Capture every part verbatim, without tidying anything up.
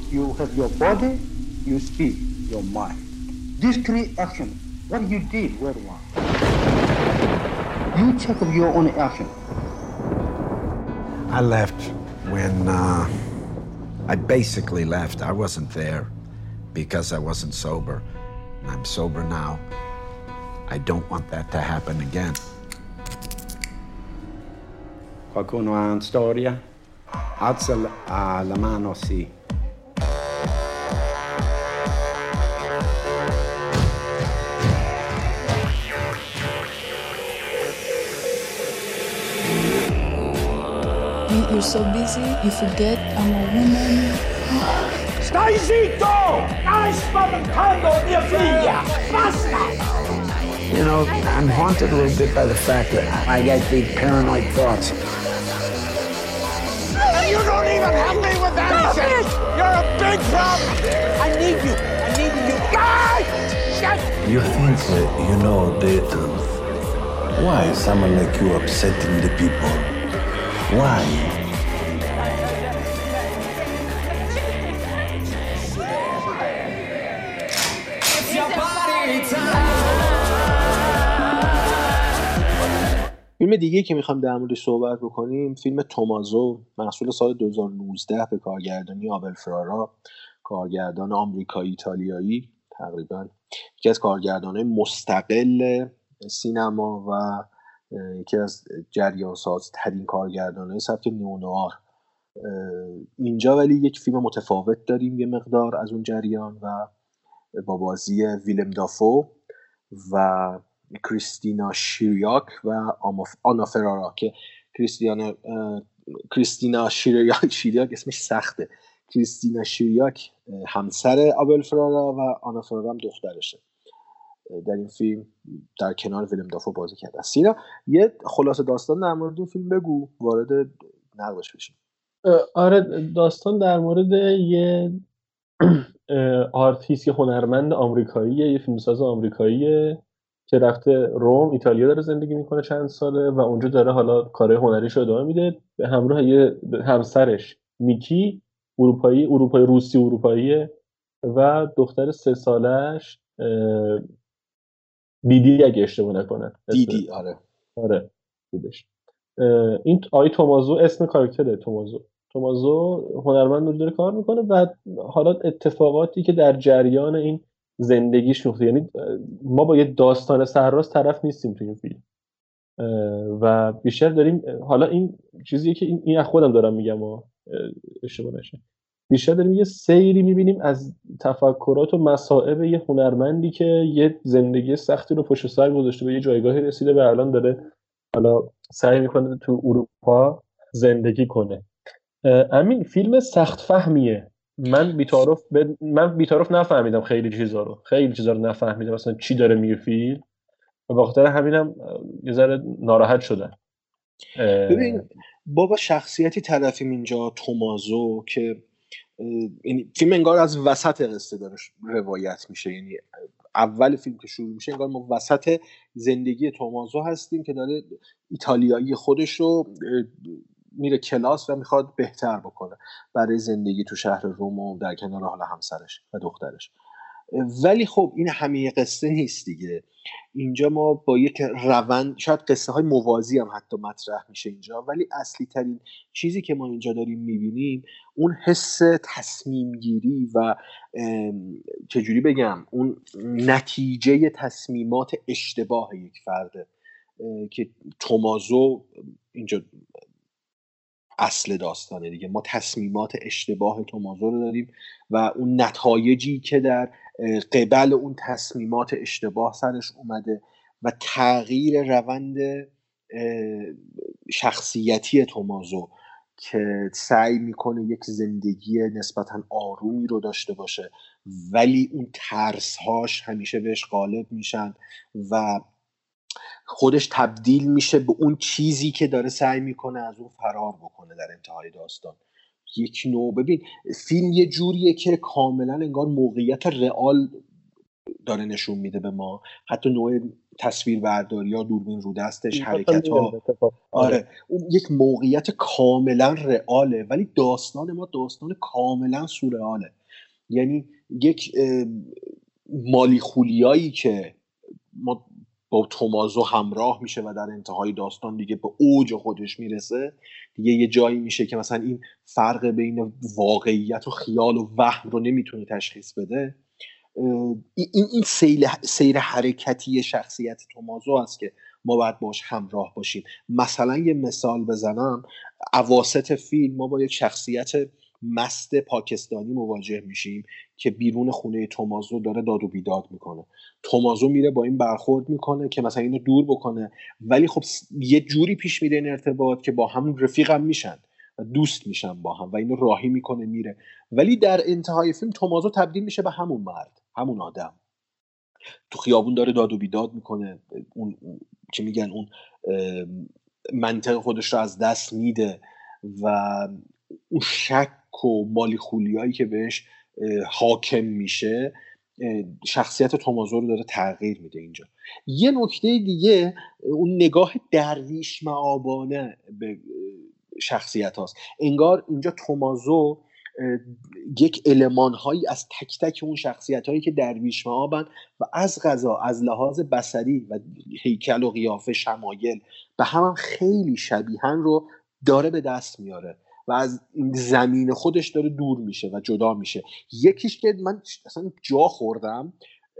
You have your body, you speak, your mind. These three actions, what you did were wrong. You check of your own action. I left when, uh, I basically left. I wasn't there because I wasn't sober. I'm sober now. I don't want that to happen again. Qualcuno ha una storia? Alza la, la mano, sì. You're so busy, you forget I'm a woman. Stai zitto! Stai spaventando mia figlia! Basta! You know, I'm haunted a little bit by the fact that I get big paranoid thoughts. And you don't even help me with anything! You're a big problem! I need you! I need you! Die! Shut! You think that you know the truth. Why is someone like you upsetting the people? Why? فیلم دیگه که میخوام در موردش صحبت بکنیم فیلم تومازو، محصول سال دو هزار و نوزده به کارگردانی آبل فرارا، کارگردان آمریکایی ایتالیایی، تقریبا یکی از کارگردانای مستقل سینما و یکی از جریان ساز ترین کارگردانای سبک نئونوار. اینجا ولی یک فیلم متفاوت داریم یه مقدار از اون جریان و با بازی ویلم دافو و کریستینا شیریاک و آنا فرارا که کریستینا کریستینا شیریاک شیریاک اسمش سخته. کریستینا شیریاک همسر آبل فرارا و آنا فرارا هم دخترشه. در این فیلم در کنار ویلم دافو بازی کرده. سینا یه خلاصه داستان در مورد این فیلم بگو وارد نقدش بشیم. آره، داستان در مورد یه آرتیست، یه هنرمند آمریکاییه، یه فیلمساز آمریکاییه که رفته روم، ایتالیا داره زندگی میکنه چند ساله و اونجا داره حالا کارهای هنریش رو ادامه میده به همراه یه همسرش نیکی، اروپایی اروپایی روسی اروپاییه و دختر سه سالش دیدی اگه اشتباه نکنم. دیدی آره آره بودش. این آی تومازو اسم کاراکتره. تومازو تومازو هنرمند داره کار میکنه و حالا اتفاقاتی که در جریان این زندگیش میفته، یعنی ما با یه داستان سرراست طرف نیستیم تو این فیلم و بیشتر داریم، حالا این چیزیه که این, این از خودم دارم میگم و اشتباه نشه، بیشتر داریم یه سیری میبینیم از تفکرات و مصائب یه هنرمندی که یه زندگی سختی رو پشت سر گذاشته، به یه جایگاهی رسیده و الان داره حالا سعی میکنه تو اروپا زندگی کنه. امین فیلم سخت فهمیه. من بی‌تعارف ب... من بی‌تعارف نفهمیدم خیلی چیزا رو خیلی چیزا رو نفهمیدم مثلا چی داره میگه فیلم و به خاطر همینم یه ذره ناراحت شدم. ببین بابا شخصیتی طرفیم اینجا تومازو که یعنی فیلم انگار از وسط قصه داره روایت میشه، یعنی اول فیلم که شروع میشه انگار ما وسط زندگی تومازو هستیم که داره ایتالیایی خودش رو میره کلاس و میخواد بهتر بکنه برای زندگی تو شهر روم و در کنار حالا همسرش و دخترش. ولی خب این همه قصه نیست دیگه. اینجا ما با یک روند، شاید قصه های موازی هم حتی مطرح میشه اینجا، ولی اصلی ترین چیزی که ما اینجا داریم میبینیم اون حس تصمیم گیری و چجوری بگم اون نتیجه تصمیمات اشتباه یک فرده که تومازو اینجا اصل داستانه دیگه. ما تصمیمات اشتباه تومازو رو داریم و اون نتایجی که در قبل اون تصمیمات اشتباه سرش اومده و تغییر روند شخصیتی تومازو که سعی میکنه یک زندگی نسبتاً آرومی رو داشته باشه ولی اون ترس‌هاش همیشه بهش غالب میشن و خودش تبدیل میشه به اون چیزی که داره سعی میکنه از اون فرار بکنه در انتهای داستان. یک نوع ببین فیلم یه جوریه که کاملا انگار موقعیت رئال داره نشون میده به ما، حتی نوع تصویر برداری ها، دوربین رو دستش، حرکت ها. آره اون یک موقعیت کاملا رئاله، ولی داستان ما داستان کاملا سورئاله. یعنی یک مالی خولیایی که ما با تومازو همراه میشه و در انتهای داستان دیگه به اوج خودش میرسه، دیگه یه جایی میشه که مثلا این فرق بین واقعیت و خیال و وهم رو نمیتونه تشخیص بده. این این سیر, سیر حرکتی شخصیت تومازو است که ما باید باش همراه باشیم. مثلا یه مثال بزنم، اواسط فیلم ما با یک شخصیت مست پاکستانی مواجه میشیم که بیرون خونه تومازو داره داد و بیداد میکنه. تومازو میره با این برخورد میکنه که مثلا اینو دور بکنه، ولی خب یه جوری پیش میره این ارتباط که با همون رفیق هم میشن و دوست میشن با هم و اینو راهی میکنه میره، ولی در انتهای فیلم تومازو تبدیل میشه به همون مرد، همون آدم. تو خیابون داره داد و بیداد میکنه، اون چی میگن اون منطق خودش رو از دست میده و اون شک و مالی خولیایی که بهش حاکم میشه شخصیت تومازو رو داره تغییر میده. اینجا یه نکته دیگه اون نگاه درویش معابانه به شخصیت هاست. انگار اینجا تومازو یک المان هایی از تک تک اون شخصیت هایی که درویش معابن و از قضا از لحاظ بصری و هیکل و قیافه شمایل به هم, هم خیلی شبیهن رو داره به دست میاره و از زمین خودش داره دور میشه و جدا میشه. یکیش که من اصلا جا خوردم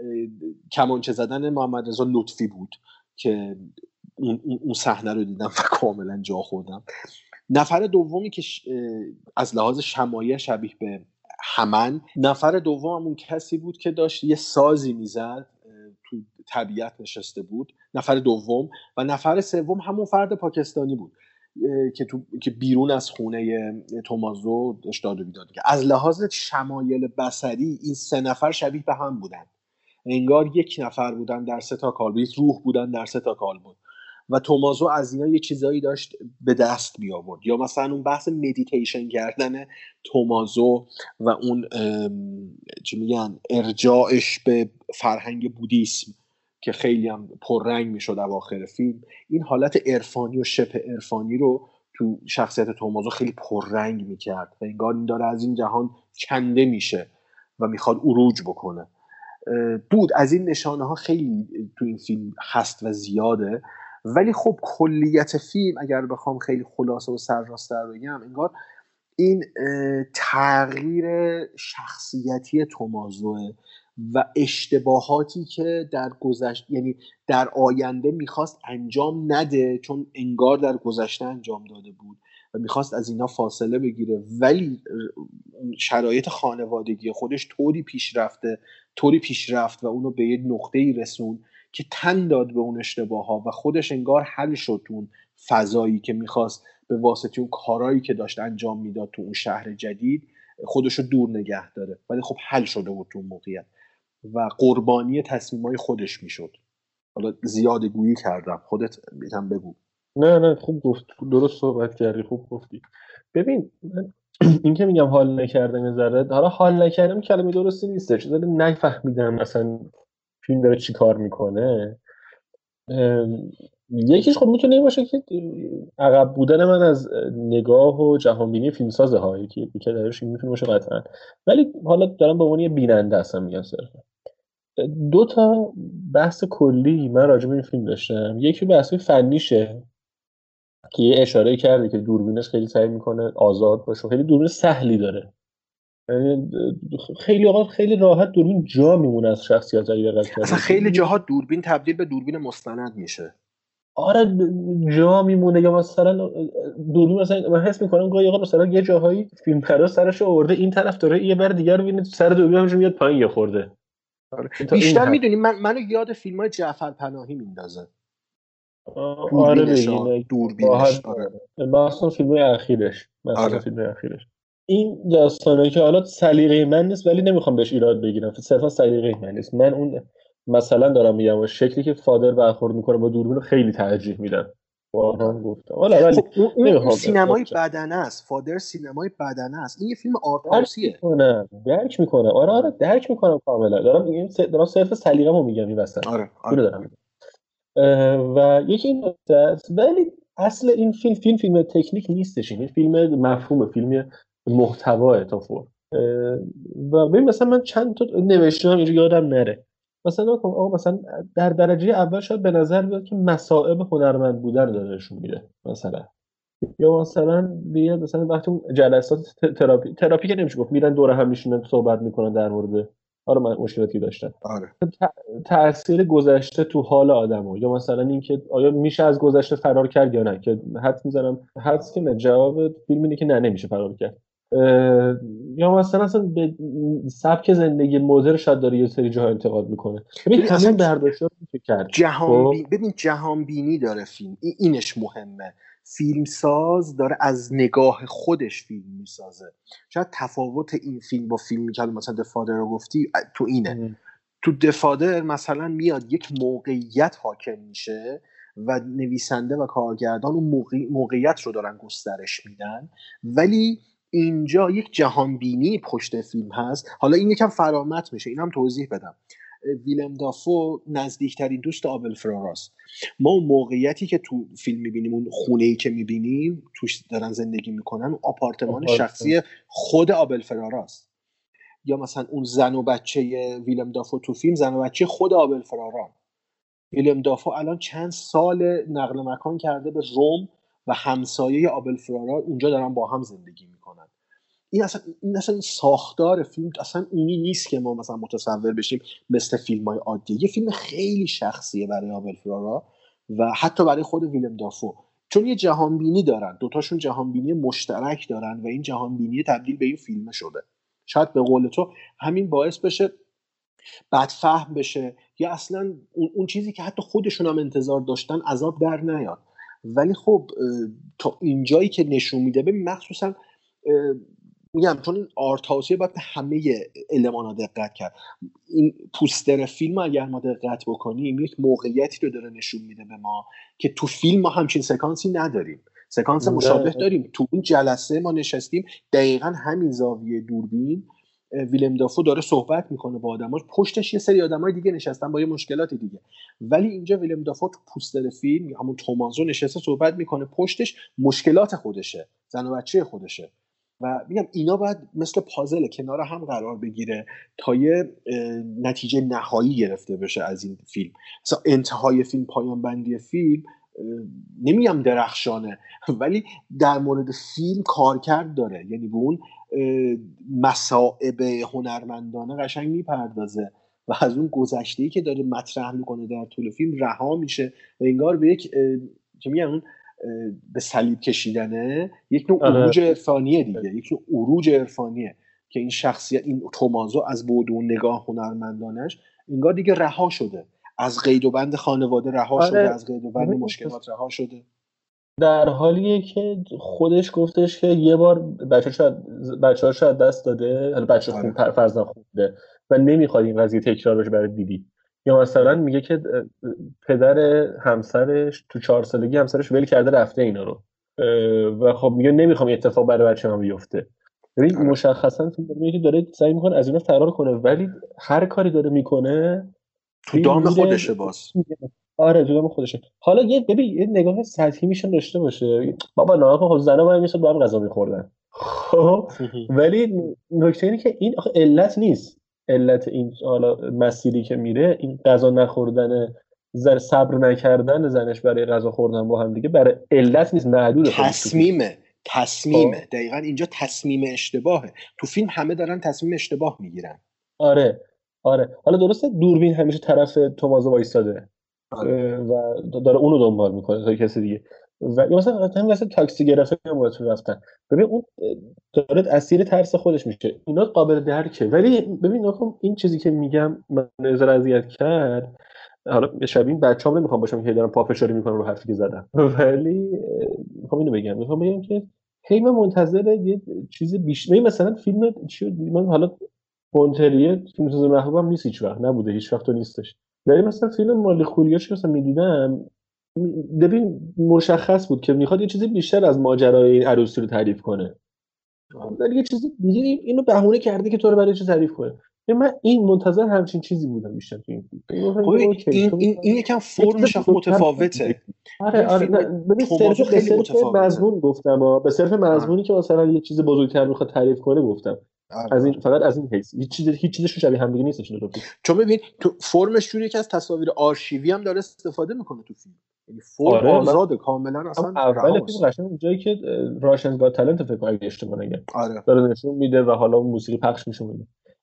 کمانچه زدن محمد رضا لطفی بود که اون اون صحنه رو دیدم و کاملا جا خوردم. نفر دومی که از لحاظ شمایل شبیه به همن، نفر دوم اون کسی بود که داشت یه سازی میزد تو طبیعت نشسته بود، نفر دوم. و نفر سوم همون فرد پاکستانی بود که تو که بیرون از خونه تومازو داشت داد و بیداد می‌کرد. از لحاظ شمایل بصری این سه نفر شبیه به هم بودن، انگار یک نفر بودن در سه تا کالبد، یک روح بودن در سه تا کالبد و تومازو از اینا یه چیزایی داشت به دست می آورد. یا مثلا اون بحث مدیتیشن کردن تومازو و اون چی میگن ارجاعش به فرهنگ بودیسم که خیلی هم پررنگ میشد اواخر فیلم، این حالت عرفانی و شبه عرفانی رو تو شخصیت تومازو خیلی پررنگ میکرد و انگار این داره از این جهان کنده میشه و میخواد عروج بکنه. بود از این نشانه ها خیلی تو این فیلم هست و زیاده. ولی خب کلیت فیلم اگر بخوام خیلی خلاصه و سرراست‌تر بگم، انگار این تغییر شخصیتی تومازوه و اشتباهاتی که در گذشته، یعنی در آینده میخواست انجام نده چون انگار در گذشته انجام داده بود و میخواست از اینا فاصله بگیره، ولی شرایط خانوادگی خودش طوری پیش رفته طوری پیش رفت و اونو به یه نقطه‌ای رسون که تن داد به اون اشتباه ها و خودش انگار حل شد تو اون فضایی که میخواست به واسطه اون کارهایی که داشت انجام میداد تو اون شهر جدید خودش رو دور نگه داره، ولی خب حل شده بود تو اون موقعیت و قربانی تصمیمای خودش میشد. حالا زیاد گویی کردم، خودت میگم بگو. نه نه خوب گفت، درست صحبت کردی، خوب گفتی. ببین من این که میگم حال نکردم یه ذره، حالا حال نکردم کلمه درستی نیست، چون نفهمیدم مثلا فیلم داره چی کار میکنه. یکیش خب میتونه این باشه که عقب بودن من از نگاه و جهانبینی فیلمسازه ها، یکی که درش این میتونه باشه قطعا، ولی حالا دارم به عنوان یه بیننده هستم میگم صرفا. دو تا بحث کلی من راجع به این فیلم داشتم. یکی بحث فنیشه که یه اشاره کرده که دوربینش خیلی سعی میکنه آزاد باشه، خیلی دوربین سهلی داره، خیلی اوقات خیلی راحت دوربین جا میمونه از شخصیت های دقت کرده. اصلا خیلی جاها دوربین تبدیل به دوربین مستند میشه. آره جا میمونه. یا مثلا دوربین مثلا من حس میکنم گاهی اوقات مثلا یه جاهایی فیلم پرا سرش آورده این طرف داره یه بار دیگه رو ببینید سر دوربین همش میاد پایین یه خورده. آره. بیشتر میدونی من منو یاد فیلم‌های جعفر پناهی میندازه. آره ببین دوربینش. آره مثلا فیلم اخیرش مثلا آره. فیلم اخیرش این داستانه که حالا سلیقه من نیست ولی نمیخوام بهش ایراد بگیرم، صرفا سلیقه من نیست. من اون مثلا دارم میگم شکلی که فادر برخورد میکنه با دوربین خیلی ترجیح میدم. واقعا گفتم والا ولی اون سینمای بدنه است. فادر سینمای بدنه است. این یه فیلم آرت‌هاوسیه. میکنه درک میکنه. آره آره درک میکنم کاملا. دارم میگم دارم صرف سلیقه‌مو میگم این وسط. آره آره دارم میگم. و یکی این نکته است. ولی اصل این فیلم فیلم فیلم تکنیک نیستش، این فیلم مفهوم، فیلم محتوا تا فور. و ببین مثلا من چند تا نوشتم اینجا یادم نره، مثلا آقا مثلا در درجه اول شاید به نظر بیاد که مصائب هنرمند بودن داره نشون میده مثلا، یا مثلا بیاد مثلا وقتی اون جلسات تراپی تراپی که نمیشه گفت، میرن دور هم میشینن صحبت میکنن در مورد حالا من مشکلاتی داشتن، آره تأثیر گذشته تو حال آدمو، یا مثلا اینکه آیا میشه از گذشته فرار کرد یا نه، که حدس میزنم حدس که نه، جواب فیلم اینه که نه نمیشه فرار کرد. یا مثلا اصلا به سبک زندگی مدرن شاید داره یه سری جاها انتقاد میکنه. ببین همین برداشت رو میشه کرد. جهان بی... ببین جهان بینی داره فیلم، این اینش مهمه. فیلم ساز داره از نگاه خودش فیلم میسازه. شاید تفاوت این فیلم با فیلمی که مثلا دفادر رو گفتی تو اینه. ام. تو دفادر مثلا میاد یک موقعیت حاکم میشه و نویسنده و کارگردان اون موقع... موقعیت رو دارن گسترش میدن، ولی اینجا یک جهان بینی پشت فیلم هست. حالا این یکم فرامت میشه، اینم توضیح بدم. ویلم دافو نزدیکترین دوست آبل فراراست. ما اون موقعیتی که تو فیلم میبینیم، اون خونه‌ای که میبینیم توش دارن زندگی میکنن، اون آپارتمان شخصی خود آبل فراراست. یا مثلا اون زن و بچه ویلم دافو تو فیلم زن و بچه خود آبل فراران. ویلم دافو الان چند سال نقل مکان کرده به روم و همسایه آبل فرارا اونجا دارن با هم زندگی میکنن. این اصلا این اصلا ساختار فیلم اصلا اونی نیست که ما مثلا متصور بشیم مثل فیلم‌های عادی. یه فیلم خیلی شخصیه برای آبل فرارا و حتی برای خود ویلم دافو، چون یه جهانبینی دارن، دوتاشون جهانبینی مشترک دارن و این جهانبینی تبدیل به این فیلم شده. شاید به قول تو همین باعث بشه بدفهم بشه، یا اصلا اون, اون چیزی که حتی خودشون هم انتظار داشتن عذاب در نیاد. ولی خب تا اینجایی که نشون میده، به مخصوصا میگم چون این آرت هاوسیه باید به همه المانا دقت کرد. این پوستر فیلم اگر ما دقت بکنیم یک موقعیتی رو داره نشون میده به ما که تو فیلم ما همچین سکانسی نداریم. سکانس مشابه داریم تو اون جلسه ما نشستیم، دقیقاً همین زاویه دوربین ویلم دافو داره صحبت میکنه با آدماش، پشتش یه سری آدمای دیگه نشستن با یه مشکلات دیگه، ولی اینجا ویلم دافو تو پوستر فیلم همون تومازو نشسته صحبت میکنه، پشتش مشکلات خودشه، زن و بچه خودشه. و میگم اینا باید مثل پازل کنار هم قرار بگیره تا یه نتیجه نهایی گرفته بشه از این فیلم. مثلا انتهای فیلم، پایان بندی فیلم نمیگم درخشانه، ولی در مورد فیلم کارکرد داره، یعنی به اون مصائب هنرمندانه قشنگ میپردازه و از اون گذشته‌ای که داره مطرح میکنه در طول فیلم رها میشه و انگار به یک چه میگن اون به صلیب کشیدنه، یک نوع عروج عرفانیه دیگه، یک نوع عروج عرفانیه که این شخصیت، این تومازو از بعد اون نگاه هنرمندانش انگار دیگه رها شده، از قید و بند خانواده رها آره. شده، از قید و بند مشکلات رها شده، در حالیه که خودش گفتش که یه بار بچه شاید بچه‌ها شاید دست داده، حالا بچه آره. خون فرضاً خونده و نمیخواد این قضیه تکرار بشه برای دیدی. یا مثلا میگه که پدر همسرش تو چهار سالگی همسرش ول کرده رفته اینا رو و خب میگه نمیخوام اتفاق برای بچه‌م بیفته. ببین مشخصا میگه که داره سعی میکنه از اینا فرار کنه، ولی هر کاری داره میکنه تو دام خودشه باز. آره تو دام خودشه. حالا یه ببین یه نگاه سطحی میشن داشته باشه، بابا نه خب زنا ما میشه با هم غذا میخوردن، خب ولی نکته اینه که این آخه علت نیست. علت این حالا مسیری که میره، این غذا نخوردن، زن صبر نکردن زنش برای غذا خوردن با هم دیگه، برای علت نیست، معدود تصمیمه تصمیمه دقیقاً اینجا تصمیم اشتباهه. تو فیلم همه دارن تصمیم اشتباه میگیرن. آره آره حالا درسته دوربین همیشه طرف تومازو وایساده آره. و داره اونو دنبال میکنه تا کسی دیگه، و مثلا همین مثلا تاکسی گرفته باهاتون رفتن، ببین اون داره اسیر ترس خودش میشه، اینا قابل درکه. ولی ببین نکن این چیزی که میگم من نظر اذیت کرد، حالا شبیه بچه‌ام نمیخوام باشم که دارم پافشاری میکنم رو حرفی که زدم، ولی میخوام اینو بگم میخوام بگم که هی من منتظر یه چیز بیشتر، مثلا فیلم چی من حالا مونتریه فیلم ساز محبوبم نیست، هیچ وقت نبوده، هیچ وقت نیستش، ولی مثلا فیلم مالی خوریاش مثلا میدیدم، ببین مشخص بود که میخواد یه چیزی بیشتر از ماجرای این عروسی رو تعریف کنه، ولی یه چیزی دیگه اینو بهونه کرده که تو رو برای چی تعریف کنه. من این منتظر همچین چیزی بودم بیشتر تو این فیلم. خب این این این یکم فرمش هم متفاوته. آره آره ببین صرف به صرف مضمون گفتم ها، به صرف مضمونی که مثلا یه چیز بزرگتر میخواد تعریف کنه گفتم. آره. از این فقط از این حیث هیچ چیز هیچ چیزش شبیه هم دیگه نیستش این دو فیلم. چون ببین تو فرمش جوریه که از تصاویر آرشیوی هم داره استفاده میکنه تو فیلم. یعنی فرم آره آزاده کاملا اصلا. اول فیلم قشنگ اونجایی که راشن گات تالنت فکر کنم اشتباه نگم. آره. داره نشون میده و حالا موسیقی پخش میشه میده.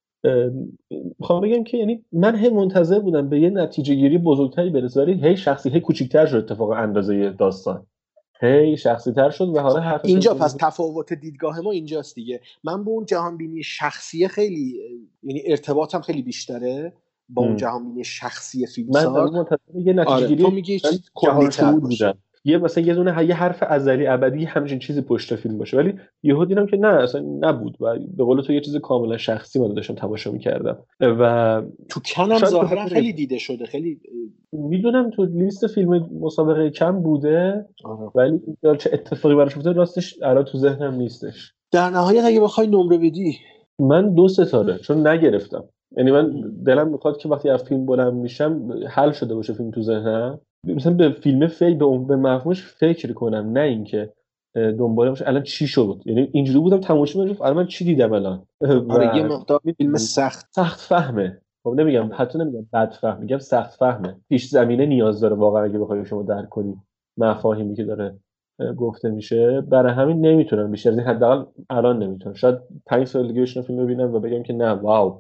میخوام بگم که یعنی من هی منتظر بودم به یه نتیجه گیری بزرگتری برسه ولی هی شخصی هی کوچیک‌تر شد اتفاق اندازه داستان. هی شخصی تر شد و حالا حرف اینجا پس تفاوت دیدگاه ما اینجاست دیگه. من با اون جهانبینی شخصی خیلی یعنی ارتباطم خیلی بیشتره با اون جهانبینی شخصی فیلمساز. من منتظر یه نتیجه گیری آره، تو میگی کلی‌تر باشه. یه مثلا یه دونه یه حرف ازلی ابدی همچین چیزی پشت فیلم باشه ولی یهو دیدم که نه اصلا نبود و به قول تو یه چیز کاملا شخصی من داشتم تماشا می‌کردم و تو کنم ظاهرا خیلی دیده شده. خیلی میدونم تو لیست فیلم مسابقه کم بوده. آره. ولی چه اتفاقی براش افتاد راستش الان تو ذهنم نیستش. در نهایت اگه بخوای نمره بدی من دو ستاره چون نگرفتم. یعنی من دلم میخواد که وقتی از فیلم بلند میشم حل شده باشه فیلم تو ذهنم، مثلا به فیلم فکر به اون به مفهومش فکر کنم نه اینکه دنبال باشه الان چی شد. یعنی اینجوری بودم تماشا می‌کردم الان من چی دیدم الان. آره یه مقدار فیلم سخت سخت فهمه. خب نمیگم حتی نمیگم بد فهم، میگم سخت فهمه. پیش زمینه نیاز داره واقعا اگه بخوای شما درک کنی مفاهیمی که داره گفته میشه. برای همین نمیتونم بیشتر از این حداقل الان نمیتونم. شاید پنج سال دیگه بشینم فیلم ببینم و بگم که نه واو.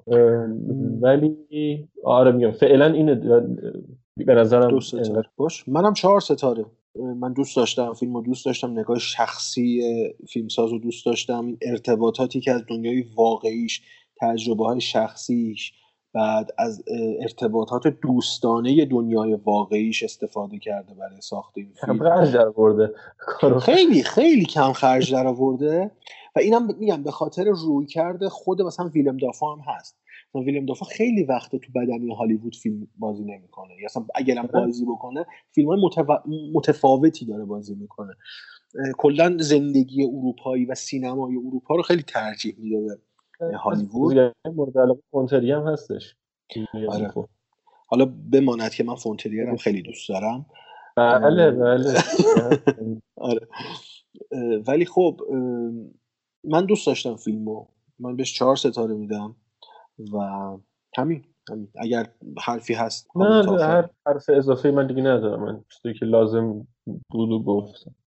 ولی آره میگم فعلا اینه به نظرم دو ستاره باش. منم چهار ستاره. من دوست داشتم فیلمو، دوست داشتم نگاه شخصی فیلمسازو دوست داشتم، این ارتباطاتی که از دنیای واقعیش، تجربه‌های شخصیش، بعد از ارتباطات دوستانه دنیای واقعیش استفاده کرده برای ساخت این فیلم. کم خرج در آورده. خیلی خیلی کم خرج در آورده و اینم میگم به خاطر رویکرد خود مثلا ویلم دافو هم هست. ویلم دافو خیلی وقت تو بدنی هالیوود فیلم بازی نمیکنه یا اصلا اگرم بازی بکنه فیلم‌های متف... متفاوتی داره بازی میکنه. کلا زندگی اروپایی و سینمای اروپا رو خیلی ترجیح میده به هالیوود. مورد علاقه فونتری هم هستش. آره. حالا بماند که من فونتریه هم خیلی دوست دارم. بله بله. آره. ولی خب من دوست داشتم فیلمو، من بهش چهار ستاره میدم و همین همین. اگر حرفی هست نه هر حرف اضافه من دیگه ندارم. من چیزی که لازم بود و گفتم.